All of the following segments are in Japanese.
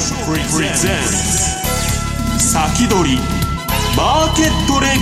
presents 先取りマーケットレビ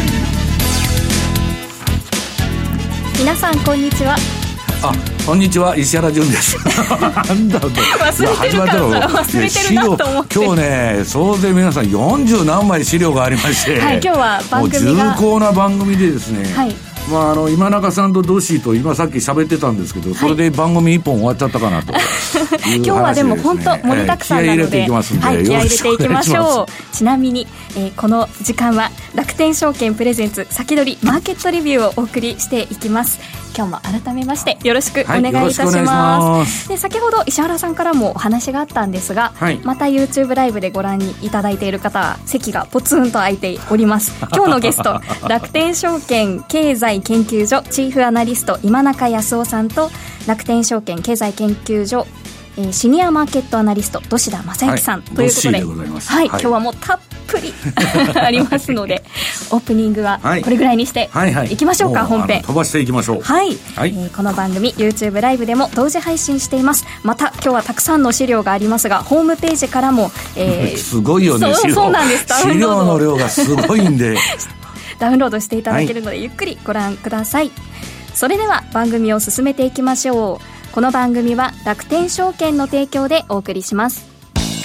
ュー。 皆さんこんにちは。 こんにちは、石原潤です。なんだろう忘れてるなと思って。 今日ね、総勢皆さん40何枚資料がありまして、 はい、今日は番組がもう重厚な番組でですね、 はい、 今中さんとドッシーと今さっき喋ってたんですけど、それで番組1本終わっちゃったかなという話ですね。 今日はでも本当盛りだくさんなので、 気合い入れていきますんで、 はい、気合い入れていきましょう。 ちなみに、この時間は楽天証券プレゼンツ先取りマーケットレビューをお送りしていきます。今日も改めましてよろしくお願いいたします。で、先ほど石原さんからもお話があったんですが、はい、また YouTube ライブでご覧いただいている方は席がポツンと空いております。今日のゲスト楽天証券経済研究所チーフアナリスト今中康夫さんと、楽天証券経済研究所シニアマーケットアナリスト土田正幸さん、ということで、はい、今日はもうたっぷりありますので、オープニングはこれぐらいにしていきましょうか。本編飛ばしていきましょう。 はい、この番組 YouTube ライブでも同時配信しています。また今日はたくさんの資料がありますが、ホームページからも、 すごいよね。 そうなんです。 資料の量がすごいんでダウンロードしていただけるので、ゆっくりご覧ください。それでは番組を進めていきましょう。この番組は楽天証券の提供でお送りします。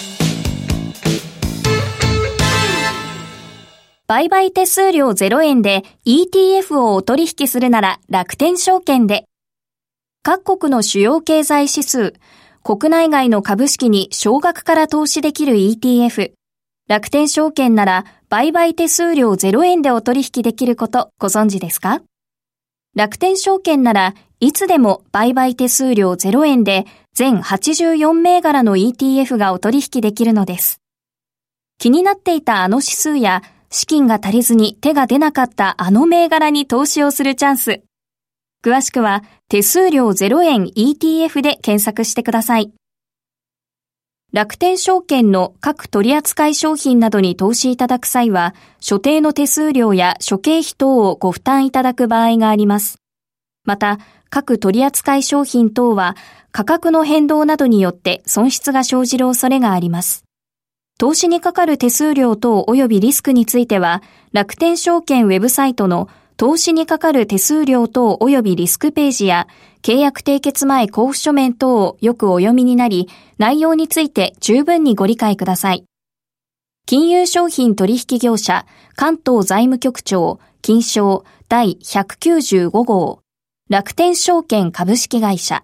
売買手数料0円で ETF をお取引するなら楽天証券で。各国の主要経済指数、国内外の株式に少額から投資できる ETF。楽天証券なら売買手数料0円でお取引できることご存知ですか？楽天証券ならいつでも売買手数料0円で全84銘柄の ETF がお取引できるのです。気になっていたあの指数や資金が足りずに手が出なかったあの銘柄に投資をするチャンス。詳しくは手数料0円 ETF で検索してください。楽天証券の各取扱商品などに投資いただく際は、所定の手数料や諸経費等をご負担いただく場合があります。また、各取扱商品等は価格の変動などによって損失が生じる恐れがあります。投資にかかる手数料等及びリスクについては、楽天証券ウェブサイトの投資にかかる手数料等及びリスクページや、契約締結前交付書面等をよくお読みになり、内容について十分にご理解ください。金融商品取引業者関東財務局長金商第195号楽天証券株式会社。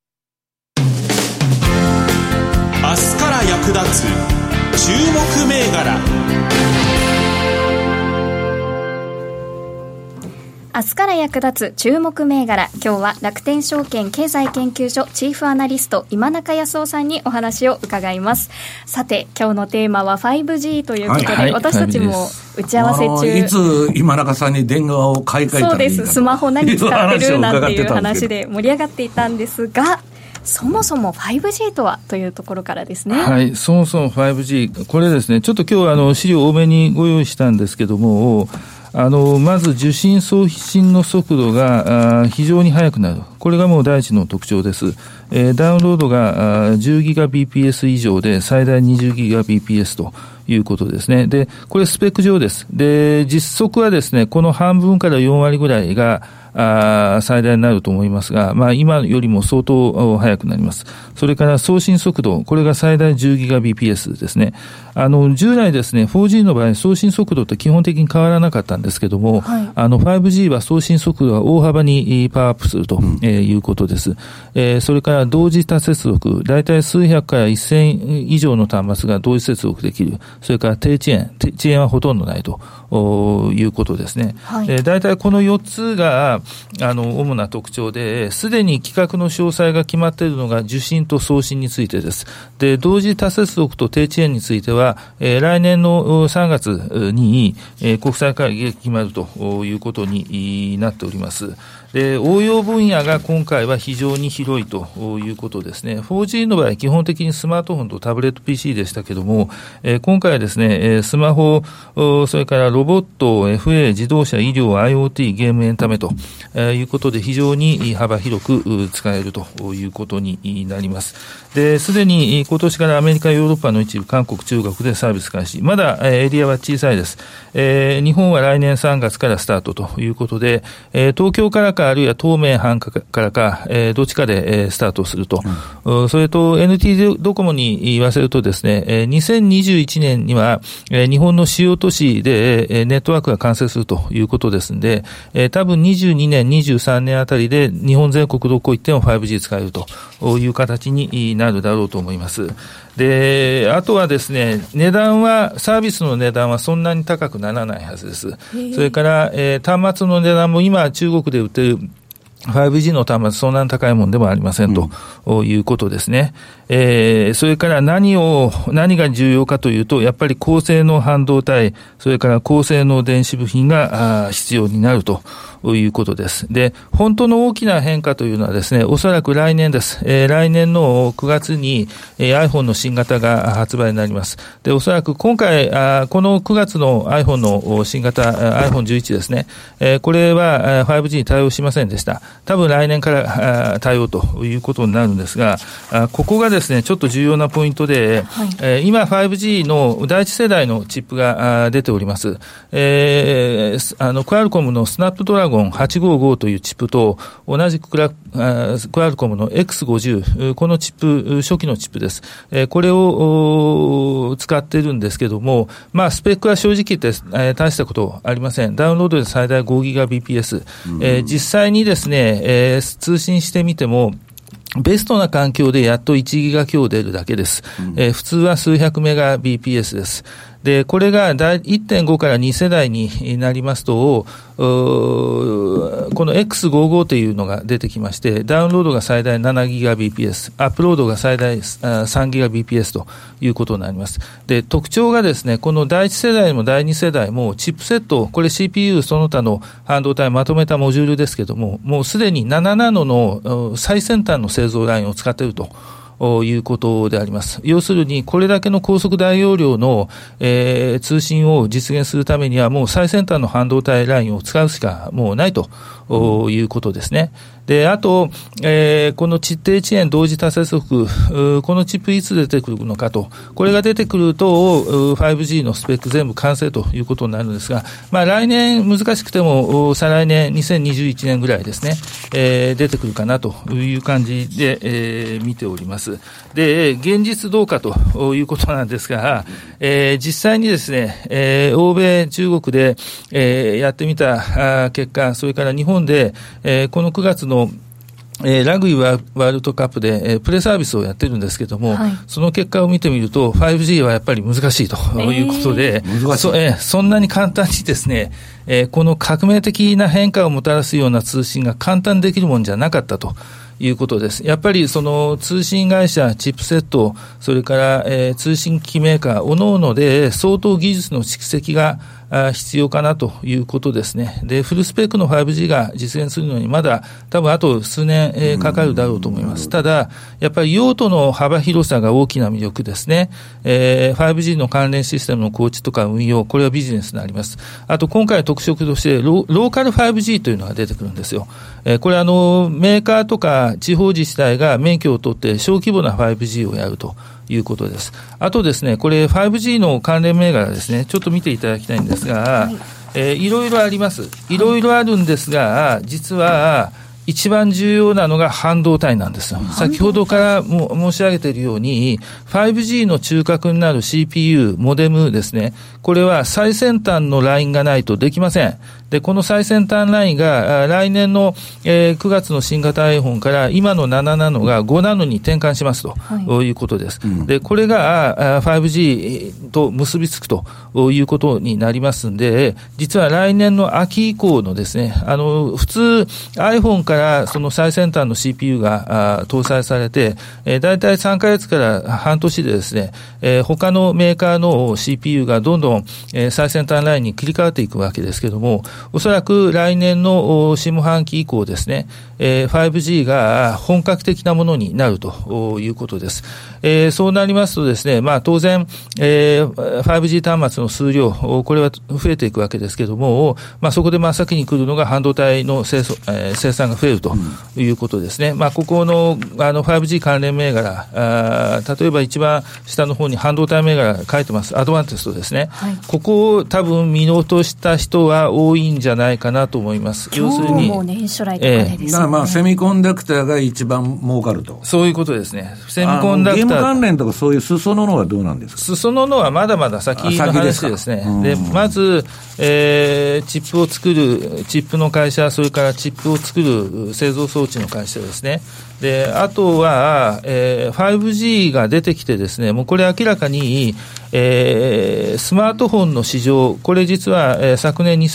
明日から役立つ注目銘柄。 明日から役立つ注目銘柄。今日は楽天証券経済研究所チーフアナリスト今中康夫さんにお話を伺います。さて、今日のテーマは 5G ということで、私たちも打ち合わせ中、 いつ今中さんに電話を買い替えたらいいか、 そうです、スマホ何使ってるなんていう話で盛り上がっていたんですが、そもそも 5G とはというところからですね。 はい、そもそも 5G、 これですね、ちょっと今日資料多めにご用意したんですけども、まず受信送信の速度が非常に速くなる。これがもう第一の特徴です。ダウンロードが10ギガ bps 以上で最大20ギガ bps ということですね。で、これスペック上です。で、実測はですね、この半分から4割ぐらいが最大になると思いますが、今よりも相当速くなります。それから送信速度、これが最大10ギガ bps ですね。従来ですね、4G の場合送信速度って基本的に変わらなかったんですけども、はい、5G は送信速度が大幅にパワーアップするということです。それから同時多接続、だいたい数百から1000以上の端末が同時接続できる。それから低遅延はほとんどないということですね。はい、だいたいこの4つが主な特徴で、すでに規格の詳細が決まっているのが受信と送信についてです。で、同時多接続と低遅延については、来年の3月に国際会議が決まるということになっております。で、応用分野が今回は非常に広いということですね。4G の場合、基本的にスマートフォンとタブレット PC でしたけども、今回はですね、スマホ、それからロボット、FA、自動車、医療、IoT、ゲームエンタメということで非常に幅広く使えるということになります。 で、すでに今年からアメリカ、ヨーロッパの一部、韓国、中国でサービス開始。まだエリアは小さいです。日本は来年3月からスタートということで、東京からか、あるいは東名阪からか、どっちかでスタートすると。それと NTT ドコモに言わせるとですね、2021年には、日本の主要都市でネットワークが完成するということですので、多分22年、23年あたりで日本全国どこ行っても 5G 使えるという形になるだろうと思います。で、あとはですね、サービスの値段はそんなに高くならないはずです。それから、端末の値段も今中国で売っている5G の端末そんなに高いものでもありませんということですね。それから何が重要かというと、やっぱり高性能半導体、それから高性能電子部品が必要になるということです。で、本当の大きな変化というのはですね、おそらく来年です。来年の9月に iPhone の新型が発売になります。で、おそらく今回、この9月の iPhone の新型、iPhone 11ですね、これは 5G に対応しませんでした。多分来年から対応ということになるんですが、ここがですね、ちょっと重要なポイントで、今 5G の第一世代のチップが出ております。クアルコムのスナップドラゴン855というチップと同じくクアルコムの X50、このチップ、初期のチップです。これを使っているんですけども、まあスペックは正直言って大したことありません。ダウンロードで最大 5GBps。実際にですね、通信してみても、ベストな環境でやっと1ギガ強出るだけです。普通は数百メガ BPS です。で、これが 1.5 から2世代になりますと、この X55 というのが出てきまして、ダウンロードが最大 7GBps、アップロードが最大 3GBps ということになります。で、特徴がですね、この第1世代も第2世代もチップセット、これ CPU その他の半導体まとめたモジュールですけども、もうすでに7ナノの最先端の製造ラインを使っていると。いうことであります。要するに、これだけの高速大容量の、通信を実現するためには、もう最先端の半導体ラインを使うしかもうないということですね。で、あと、この低遅延同時多接続、このチップいつ出てくるのかと、これが出てくると 5G のスペック全部完成ということになるんですが、まあ来年難しくても再来年2021年ぐらいですね、出てくるかなという感じで、見ております。で、現実どうかということなんですが、実際にですね、欧米、中国で、やってみた結果、それから日本で、この9月のラグビーワールドカップで、プレサービスをやってるんですけども、その結果を見てみると 5G はやっぱり難しいということで、そんなに簡単にですね、この革命的な変化をもたらすような通信が簡単にできるもんじゃなかったということです。やっぱりその通信会社、チップセット、それから、通信機器メーカー、各々で相当技術の蓄積が必要かなということですね。で、フルスペックの 5G が実現するのにまだ多分あと数年、かかるだろうと思います。ただ、やっぱり用途の幅広さが大きな魅力ですね。5G の関連システムの構築とか運用、これはビジネスになります。あと今回特色としてローカル 5G というのが出てくるんですよ。これメーカーとか地方自治体が免許を取って小規模な 5G をやるということです。あとですね、これ 5G の関連銘柄ですね、ちょっと見ていただきたいんですが、いろいろあります。いろいろあるんですが、実は一番重要なのが半導体なんですよ。先ほどからも申し上げているように、5G の中核になる CPU、モデムですね。これは最先端のラインがないとできません。で、この最先端ラインが来年の9月の新型 iPhone から今の7ナノが5ナノに転換しますということです。で、これが 5G と結びつくということになりますんで、実は来年の秋以降のですね、普通 iPhone からその最先端の CPU が搭載されて、だいたい3ヶ月から半年でですね、他のメーカーの CPU がどんどん最先端ラインに切り替わっていくわけですけども、おそらく来年の下半期以降ですね、5G が本格的なものになるということです。そうなりますとですね、まあ当然、5G 端末の数量、これは増えていくわけですけども、まあそこで真っ先に来るのが半導体の生産が増増えるということですね。ここの5G 関連銘柄、例えば一番下の方に半導体銘柄書いてます、アドバンテストですね。ここを多分見落とした人は多いんじゃないかなと思います。 要するに、もう年初来とかでですね。 だからセミコンダクターが一番儲かると。 そういうことですね。セミコンダクター。 ゲーム関連とかそういう裾野のはどうなんですか？ 裾野のはまだまだ先の話ですね。で、まず、チップを作る、チップの会社、それからチップを作る製造装置の会社ですね。で、あとは、5G が出てきてですね、もうこれ明らかに、スマートフォンの市場、これ実は、昨年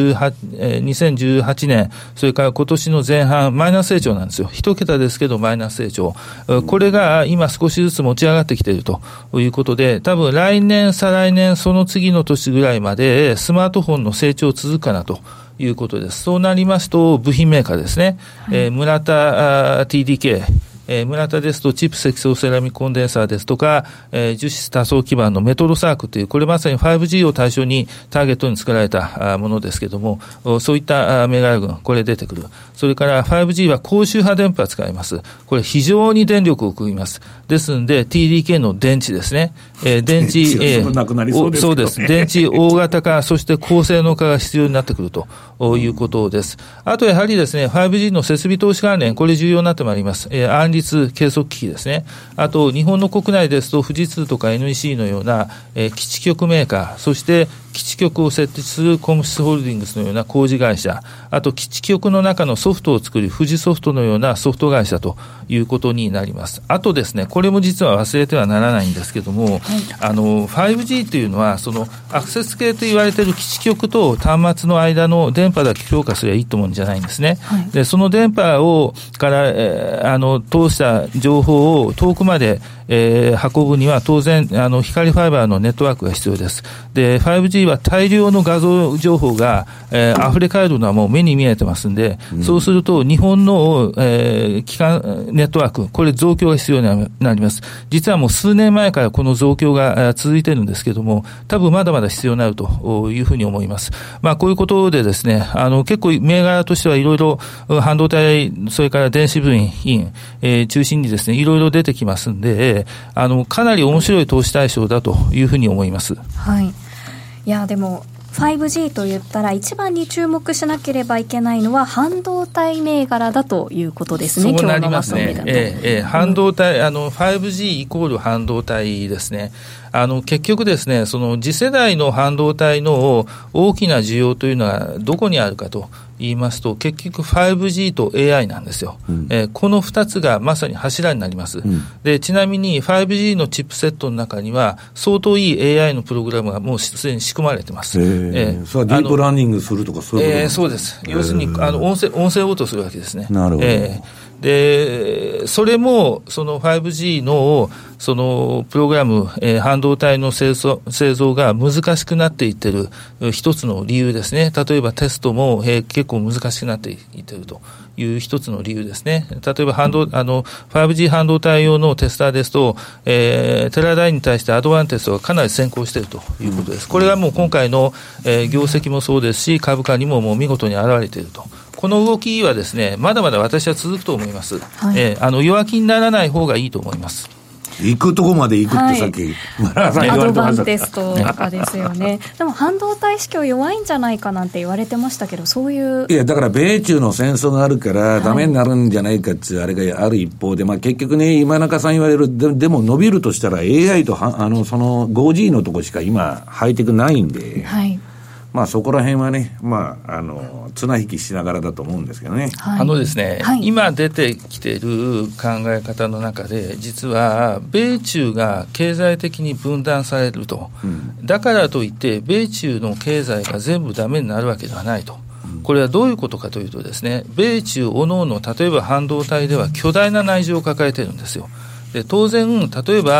2018年、それから今年の前半、マイナス成長なんですよ。一桁ですけど、マイナス成長。これが今少しずつ持ち上がってきているということで、多分来年、再来年、その次の年ぐらいまで、スマートフォンの成長続くかなということです。そうなりますと、部品メーカーですね。村田 TDK。村田ですとチップ積層セラミックコンデンサーですとか、樹脂多層基板のメトロサークという、これまさに 5G を対象にターゲットに作られたものですけども、そういった銘柄群、これ出てくる。それから 5G は高周波電波を使います。これ非常に電力を食います。ですんで TDK の電池ですね。電池、そうです。電池大型化、そして高性能化が必要になってくるということです。あとやはりですね、5G の設備投資関連、これ重要になってまいります。安立計測機器ですね。あと日本の国内ですと富士通とか NEC のような、基地局メーカー、そして基地局を設置するコムシスホールディングスのような工事会社、あと基地局の中のソフトを作る富士ソフトのようなソフト会社ということになります。あとですね、これも実は忘れてはならないんですけども、5G というのはそのアクセス系と言われている基地局と端末の間の電波だけ強化すればいいと思うんじゃないんですね。で、その電波をから、通した情報を遠くまで運ぶには当然光ファイバーのネットワークが必要です。で 5G は大量の画像情報が、溢れ返るのはもう目に見えてますんで、そうすると日本の、基幹ネットワーク、これ増強が必要になります。実はもう数年前からこの増強が続いているんですけども、多分まだまだ必要になるというふうに思います。こういうことでですね、結構銘柄としてはいろいろ半導体、それから電子部品、中心にですね、いろいろ出てきますんで、かなり面白い投資対象だというふうに思います。 はい。いや、でも 5G と言ったら一番に注目しなければいけないのは半導体銘柄だということですね。 そうなりますね。半導体、5G イコール半導体ですね。結局ですね、その次世代の半導体の大きな需要というのはどこにあるかと言いますと、結局 5G と AI なんですよ。この2つがまさに柱になります。で、ちなみに 5G のチップセットの中には相当いい AI のプログラムがもうすでに仕組まれてます。 それはディープラーニングするとかそういうことそうです。要するに音声応答するわけですね。 なるほど。 で、それも、その 5G の、そのプログラム、半導体の製造が難しくなっていっている一つの理由ですね。例えばテストも、結構難しくなっていっているという一つの理由ですね。例えば5G 半導体用のテスターですと、テラダイに対してアドバンテストがかなり先行しているということです。これはもう今回の、業績もそうですし、株価にももう見事に現れていると。この動きはですね、まだまだ私は続くと思います。弱気にならない方がいいと思います。 行くとこまで行くってさっき、 アドバンテストとかですよね。でも半導体市況弱いんじゃないかなんて言われてましたけど、そういう。いや、だから米中の戦争があるからダメになるんじゃないかっていうあれがある一方で、結局ね、今中さん言われる、でも伸びるとしたら AI とその 5G のとこしか今ハイテクないんで、そこら辺はね、綱引きしながらだと思うんですけどね。 ですね、今出てきている考え方の中で、実は米中が経済的に分断されると、だからといって米中の経済が全部ダメになるわけではないと。これはどういうことかというとですね、米中おのおの、例えば半導体では巨大な内情を抱えているんですよ。で、当然、例えば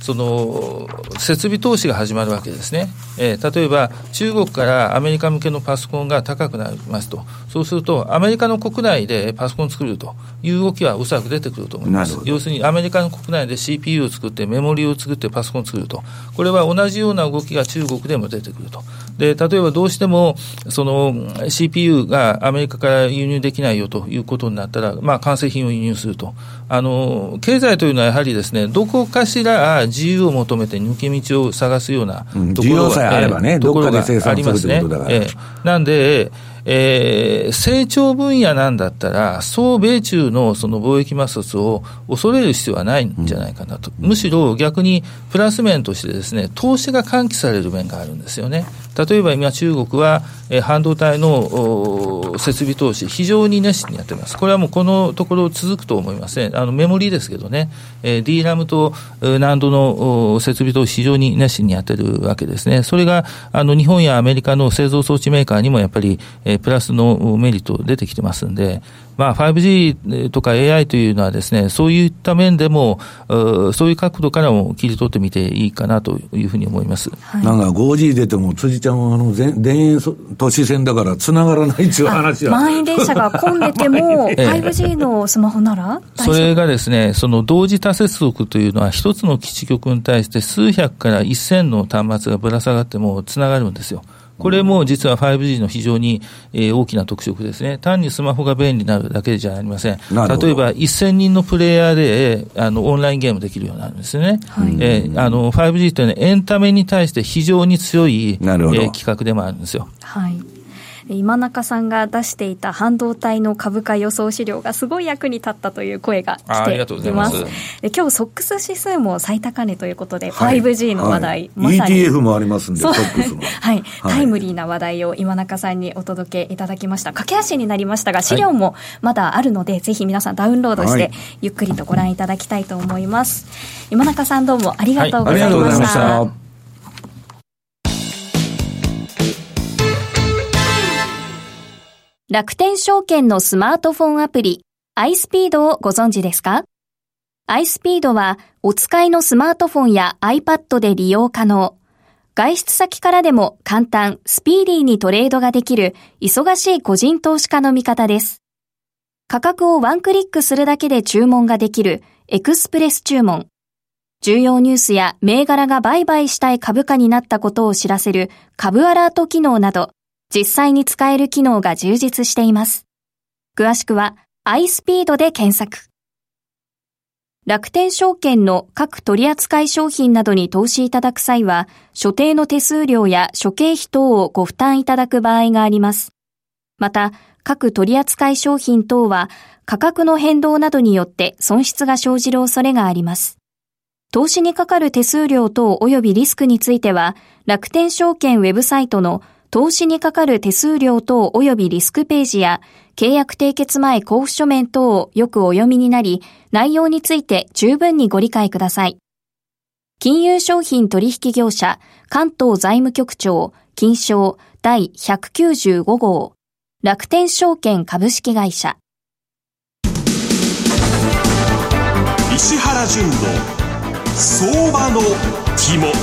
その設備投資が始まるわけですね。例えば中国からアメリカ向けのパソコンが高くなりますと、そうするとアメリカの国内でパソコンを作るという動きはおそらく出てくると思います。要するにアメリカの国内で CPU を作ってメモリを作ってパソコンを作ると、これは同じような動きが中国でも出てくると。で、例えばどうしてもその CPU がアメリカから輸入できないよということになったら、完成品を輸入すると。経済というのはやはりですね、どこかしら自由を求めて抜け道を探すようなところが、 あればね、どこかで生産するということだから。 なんで、成長分野なんだったら、総米中のその貿易摩擦を恐れる必要はないんじゃないかなと。むしろ逆にプラス面としてですね、投資が喚起される面があるんですよね。例えば今中国は、半導体の設備投資非常に熱心にやっています。これはもうこのところ続くと思いますね。メモリーですけどね、DRAM とナンドの設備投資非常に熱心にやってるわけですね。それが日本やアメリカの製造装置メーカーにもやっぱりプラスのメリット出てきてますんで、5G とか AI というのはですね、そういった面でもそういう角度からも切り取ってみていいかなというふうに思います。 はい、なんか 5G 出ても辻ちゃんは田園都市線だから繋がらないっていう話は。 満員電車が混んでても5G のスマホなら大丈夫。 それがですね、その同時多接続というのは一つの基地局に対して数百から1000の端末がぶら下がっても繋がるんですよ。これも実は 5G の非常に大きな特色ですね。単にスマホが便利になるだけじゃありません。例えば1000人のプレイヤーでオンラインゲームできるようになるんですね。はい、5G というのはエンタメに対して非常に強い企画でもあるんですよ。 はい。今中さんが出していた半導体の株価予想資料がすごい役に立ったという声が来ています。今日ソックス指数も最高値ということで、はい、5G の話題、はい、 まさに ETF もありますんで、ソックスの、 はい、タイムリーな話題を今中さんにお届けいただきました。駆け足になりましたが資料もまだあるので、ぜひ皆さんダウンロードしてゆっくりとご覧いただきたいと思います。今中さんどうもありがとうございました。ありがとうございました。 楽天証券のスマートフォンアプリ iSpeed をご存知ですか？ iSpeed はお使いのスマートフォンや iPad で利用可能。外出先からでも簡単、スピーディーにトレードができる忙しい個人投資家の味方です。価格をワンクリックするだけで注文ができるエクスプレス注文。重要ニュースや銘柄が売買したい株価になったことを知らせる株アラート機能など、実際に使える機能が充実しています。詳しくは iSpeed で検索。楽天証券の各取扱商品などに投資いただく際は、所定の手数料や諸経費等をご負担いただく場合があります。また、各取扱商品等は価格の変動などによって損失が生じる恐れがあります。投資にかかる手数料等及びリスクについては、楽天証券ウェブサイトの投資にかかる手数料等及びリスクページや契約締結前交付書面等をよくお読みになり、内容について十分にご理解ください。金融商品取引業者関東財務局長金商第195号楽天証券株式会社。 石原淳の相場の肝。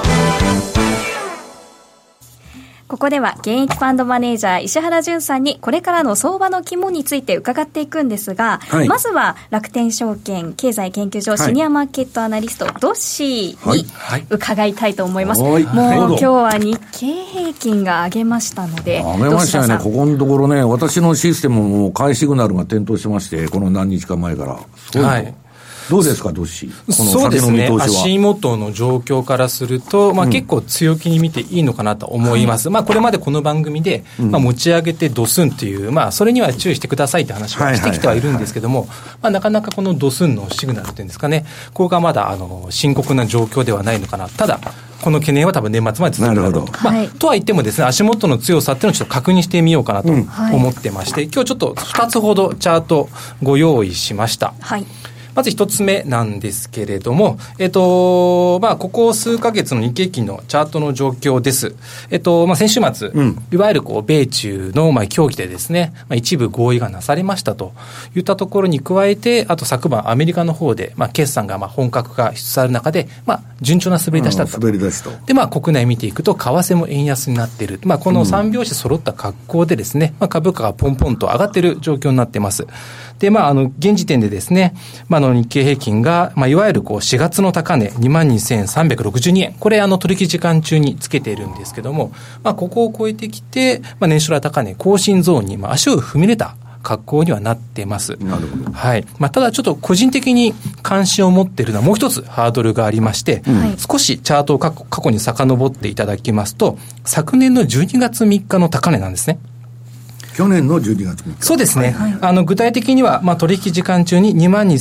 ここでは現役ファンドマネージャー石原淳さんにこれからの相場の肝について伺っていくんですが、はい、まずは楽天証券経済研究所シニアマーケットアナリスト、ドッシーに伺いたいと思います。もう今日は日経平均が上げましたので、 上げましたよね。ここのところね、私のシステムも買いシグナルが点灯しまして、この何日か前から。はい、どうですか、どっしこのそうですね、足元の状況からすると、結構強気に見ていいのかなと思います。これまでこの番組で、持ち上げてドスンという、それには注意してくださいって話はしてきてはいるんですけども、なかなかこのドスンのシグナルっていうんですかね、ここがまだ深刻な状況ではないのかな。ただこの懸念は多分年末まで続くだろうと。とは言ってもですね、足元の強さっていうのをちょっと確認してみようかなと思ってまして、今日ちょっと2つほどチャートご用意しました。はい。 まず一つ目なんですけれども、ここ数ヶ月の日経平均のチャートの状況です。先週末、いわゆる米中の協議でですね、一部合意がなされましたといったところに加えて、あと昨晩アメリカの方で、決算が本格化しつつある中で、順調な滑り出しだったと。 滑り出しと。 で、国内見ていくと、為替も円安になっている。この3拍子揃った格好でですね、株価がポンポンと上がっている状況になっています。で、現時点でですね、日経平均が、いわゆる4月の高値、22,362 円。これ、取引時間中につけているんですけども、ここを超えてきて、年初来高値、更新ゾーンに、足を踏み入れた格好にはなっています。 なるほど。 はい。ただちょっと個人的に関心を持っているのはもう一つハードルがありまして、少しチャートを過去に遡っていただきますと、昨年の12月3日の高値なんですね。 去年の12月3日。 そうですね。はい、具体的には、取引時間中に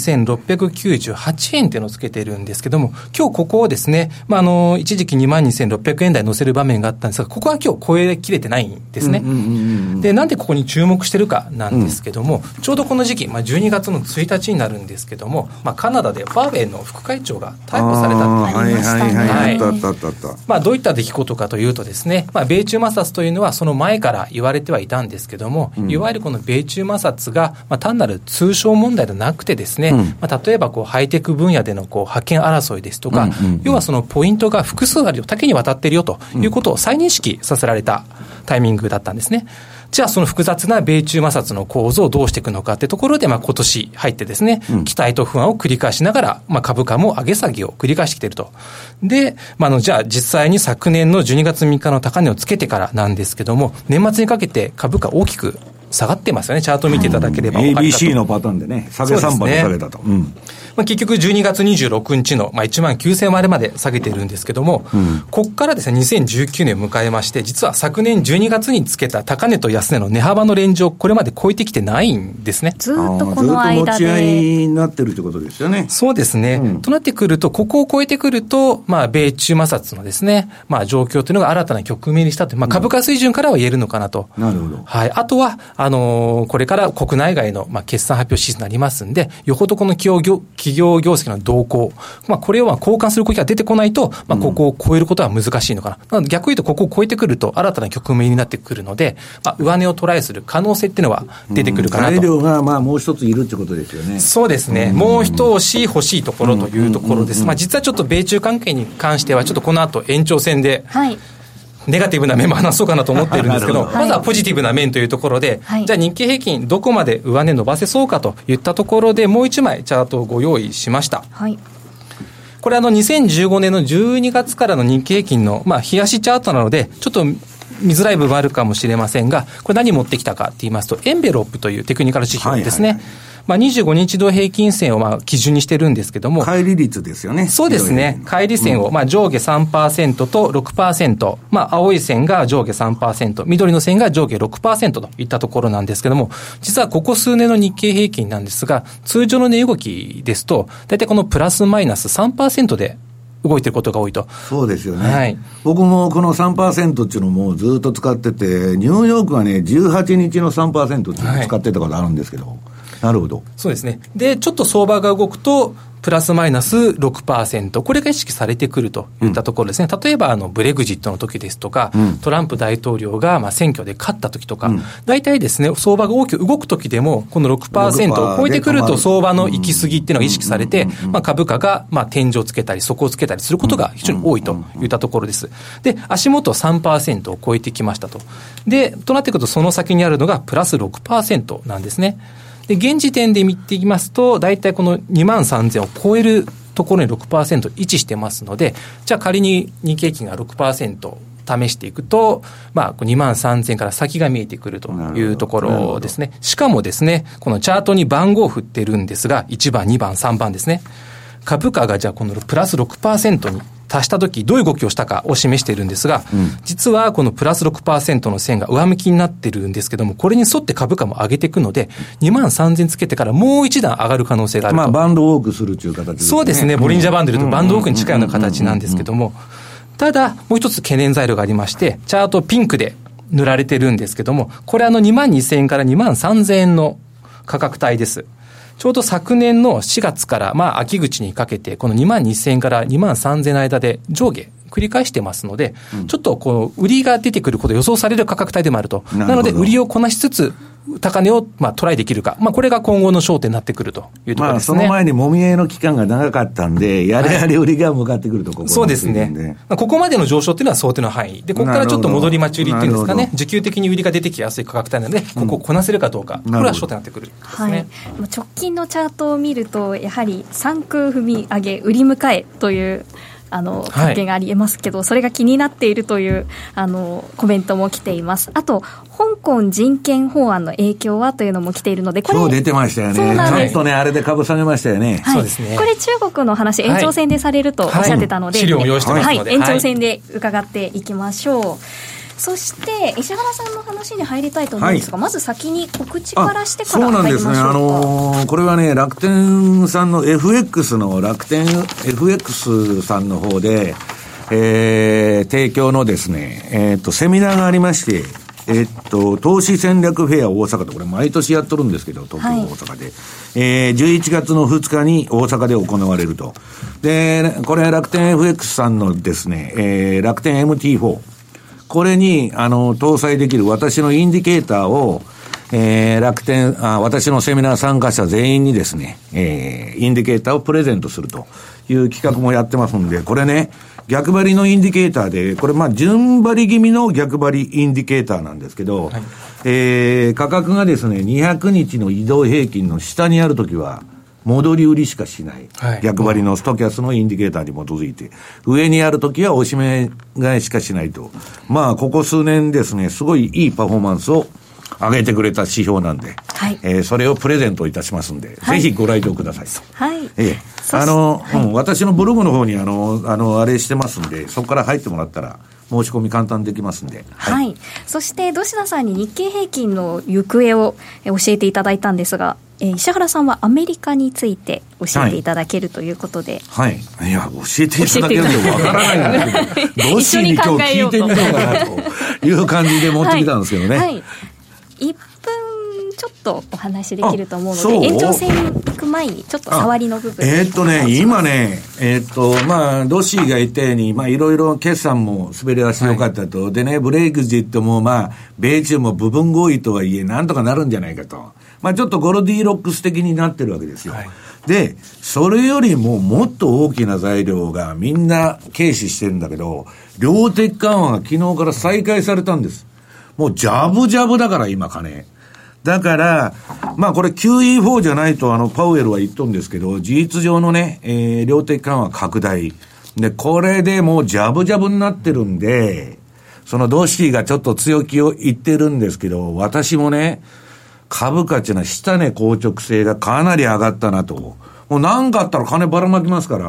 22,698 円っていうのをつけているんですけども、今日ここをですね、一時期 22,600 円台乗せる場面があったんですが、ここは今日超えきれてないんですね。で、なんでここに注目してるかなんですけども、ちょうどこの時期、12月の1日になるんですけども、カナダでファーウェイの副会長が逮捕されたって言いましたね。はい。どういった出来事かというとですね、米中摩擦というのはその前から言われてはいたんですけども、いわゆるこの米中摩擦が、単なる通商問題ではなくてですね、例えばハイテク分野での覇権争いですとか、要はそのポイントが複数あるよ、多岐にわたっているよということを再認識させられたタイミングだったんですね。じゃあその複雑な米中摩擦の構造をどうしていくのかってところで、今年入ってですね、期待と不安を繰り返しながら、株価も上げ下げを繰り返してきていると。で、じゃあ実際に昨年の12月3日の高値をつけてからなんですけども、年末にかけて株価大きく下がってますよね。チャートを見ていただければ分かるかと。 ABC のパターンでね、下げ3波で下げたと。 結局12月26日の、19,000割まで下げているんですけども、ここからですね、2019年を迎えまして、実は昨年12月につけた高値と安値の値幅のレンジをこれまで超えてきてないんですね。 ずっとこの間で。 ずっと持ち合いになってるということですよね。 そうですね。となってくると、ここを超えてくると、米中摩擦のですね、状況というのが新たな局面にしたという、株価水準からは言えるのかなと。 なるほど。 はい。あとは、これから国内外の、決算発表シーズンになりますんで、よほどこの企業業績の動向、これを交換する動きが出てこないと、ここを超えることは難しいのかな。なので逆に言うと、ここを超えてくると新たな局面になってくるので、上値をトライする可能性っていうのは出てくるかなと。 材料がもう一ついるってことですよね。 そうですね。もう一押し欲しいところというところです。実はちょっと米中関係に関しては、ちょっとこの後延長戦で、ネガティブな面も話そうかなと思っているんですけど、まずはポジティブな面というところで、じゃあ日経平均どこまで上値伸ばせそうかといったところで、もう一枚チャートをご用意しました。これ2015年の12月からの日経平均の、日足チャートなので、ちょっと見づらい部分あるかもしれませんが、これ何持ってきたかって言いますと、エンベロップというテクニカル指標ですね。25日移動平均線を基準にしてるんですけども。 乖離率ですよね。 そうですね。乖離線を上下 3% と 6%、青い線が上下 3%、緑の線が上下 6% といったところなんですけども、実はここ数年の日経平均なんですが、通常の値動きですと、だいたいこのプラスマイナス 3% で動いてることが多いと。 そうですよね。僕もこの 3% っていうのもずっと使ってて、ニューヨークはね、18日の 3% っていうのを使ってたことあるんですけど、なるほど。 そうですね。で、ちょっと相場が動くと、プラスマイナス 6%、これが意識されてくるといったところですね。例えば、ブレグジットの時ですとか、トランプ大統領が、選挙で勝った時とか、大体ですね、相場が大きく動く時でも、この 6% を超えてくると、相場の行き過ぎっていうのが意識されて、株価が、天井をつけたり、底をつけたりすることが非常に多いといったところです。で、足元 3% を超えてきましたと。で、となってくると、その先にあるのが、プラス 6% なんですね。で、現時点で見ていきますと、大体この23,000を超えるところに 6% 位置してますので、じゃあ仮に日経平均が 6% 試していくと、23,000から先が見えてくるというところですね。しかもですね、このチャートに番号を振ってるんですが、1番、2番、3番ですね。株価がじゃあこのプラス 6% に足したときどういう動きをしたかを示しているんですが、実はこのプラス 6% の線が上向きになってるんですけども、これに沿って株価も上げていくので、23,000つけてからもう一段上がる可能性があると。 バンドウォークするという形ですね。 そうですね。ボリンジャーバンドでいうとバンドウォークに近いような形なんですけども、ただもう一つ懸念材料がありまして、チャートピンクで塗られてるんですけども、これ22,000円から23,000円の価格帯です。 ちょうど昨年の4月から、秋口にかけて、この22,000円から23,000円の間で上下繰り返してますので、ちょっとこの売りが出てくること予想される価格帯でもあると。なので、売りをこなしつつ、高値をトライできるか、これが今後の焦点になってくるというところですね。 その前にもみ合いの期間が長かったんで、やれやれ売りが向かってくるところ、 そうですね。ここまでの上昇っていうのは想定の範囲で、ここからちょっと戻り待ち売りっていうんですかね、需給的に売りが出てきやすい価格帯なので、ここをこなせるかどうか、これは焦点になってくるですね。 直近のチャートを見ると、やはり3空踏み上げ売り迎えという関係がありますけど、それが気になっているというコメントも来ています。あと香港人権法案の影響はというのも来ているので、これ今日出てましたよね。ちょっとね、あれで株下げましたよね。 そうですね。 これ中国の話、延長戦でされるとおっしゃってたので、 資料を用意してますので、 延長戦で伺っていきましょう。そして石原さんの話に入りたいと思うんですが、まず先に告知からしてから入りましょうか。 そうなんですね。これはね、楽天さんの FX の楽天 FX さんの方で、提供のですね、セミナーがありまして、投資戦略フェア大阪と、これ毎年やっとるんですけど、東京、大阪で。11月の2日に大阪で行われると。で、これ楽天 FX さんのですね、楽天 MT4。これに、搭載できる私のインディケーターを、私のセミナー参加者全員にですね、インディケーターをプレゼントするという企画もやってますんで、これね、逆張りのインディケーターで、これ順張り気味の逆張りインディケーターなんですけど、価格がですね、200日の移動平均の下にあるときは、戻り売りしかしない。逆張りのストキャスのインディケーターに基づいて、上にあるときは押し目買いしかしないと。ここ数年ですね、すごいいいパフォーマンスを上げてくれた指標なんで、それをプレゼントいたしますんで、ぜひご来場くださいと。私のブログの方にあれしてますんで、そこから入ってもらったら、申し込み簡単できますんで。 そして土田さんに日経平均の行方を教えていただいたんですが、石原さんはアメリカについて教えていただけるということで、 いや教えていただけるとわからないんですけど、どっしに今日聞いてみようかなという感じで持ってきたんですけどね。 1分ちょっとお話できると思うので、延長戦に行く前にちょっと触りの部分今ね、ドッシーが言ったように、いろいろ決算も滑り出し良かったと。でね、ブレイクジットも米中も部分合意とはいえ、なんとかなるんじゃないかと。ちょっとゴルディロックス的になってるわけですよ。で、それよりももっと大きな材料がみんな軽視してるんだけど、量的緩和が昨日から再開されたんです。もうジャブジャブだから今金。だから、これ QE4 じゃないとパウエルは言っとんですけど、事実上のね、量的緩和拡大。で、これでもうジャブジャブになってるんで、そのドッシーがちょっと強気を言ってるんですけど、私もね、株価っていうのは下値硬直性がかなり上がったなと。もう何かあったら金ばらまきますから。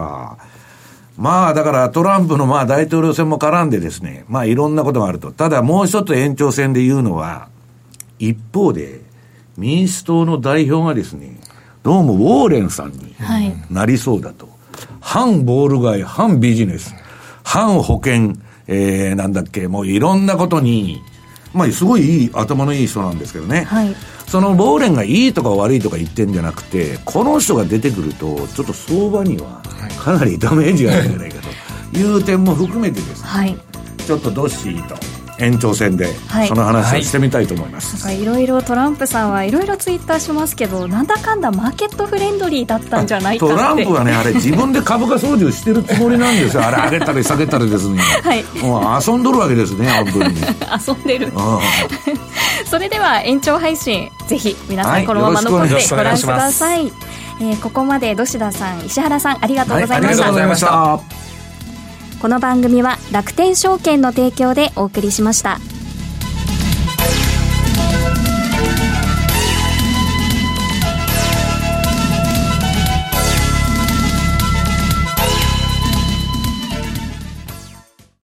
だからトランプの大統領選も絡んでですね、いろんなことがあると。ただもう一つ延長戦で言うのは、一方で民主党の代表がですね、どうもウォーレンさんになりそうだと。反ボール街、反ビジネス、反保険、もういろんなことに、すごい頭のいい人なんですけどね。そのボーレンがいいとか悪いとか言ってんじゃなくて、この人が出てくるとちょっと相場にはかなりダメージがあるんじゃないかという点も含めてですね、ちょっとドッシーと延長戦でその話をしてみたいと思います。 いろいろトランプさんはいろいろツイッターしますけど、なんだかんだマーケットフレンドリーだったんじゃないかって。 トランプはね、あれ自分で株価操縦してるつもりなんですよ。あれ上げたり下げたりですね、もう遊んどるわけですね、本当に遊んでるそれでは延長配信、ぜひ皆さんこのまま残ってご覧ください。ここまで土田さん、石原さん、ありがとうございました。 ありがとうございました。 この番組は楽天証券の提供でお送りしました。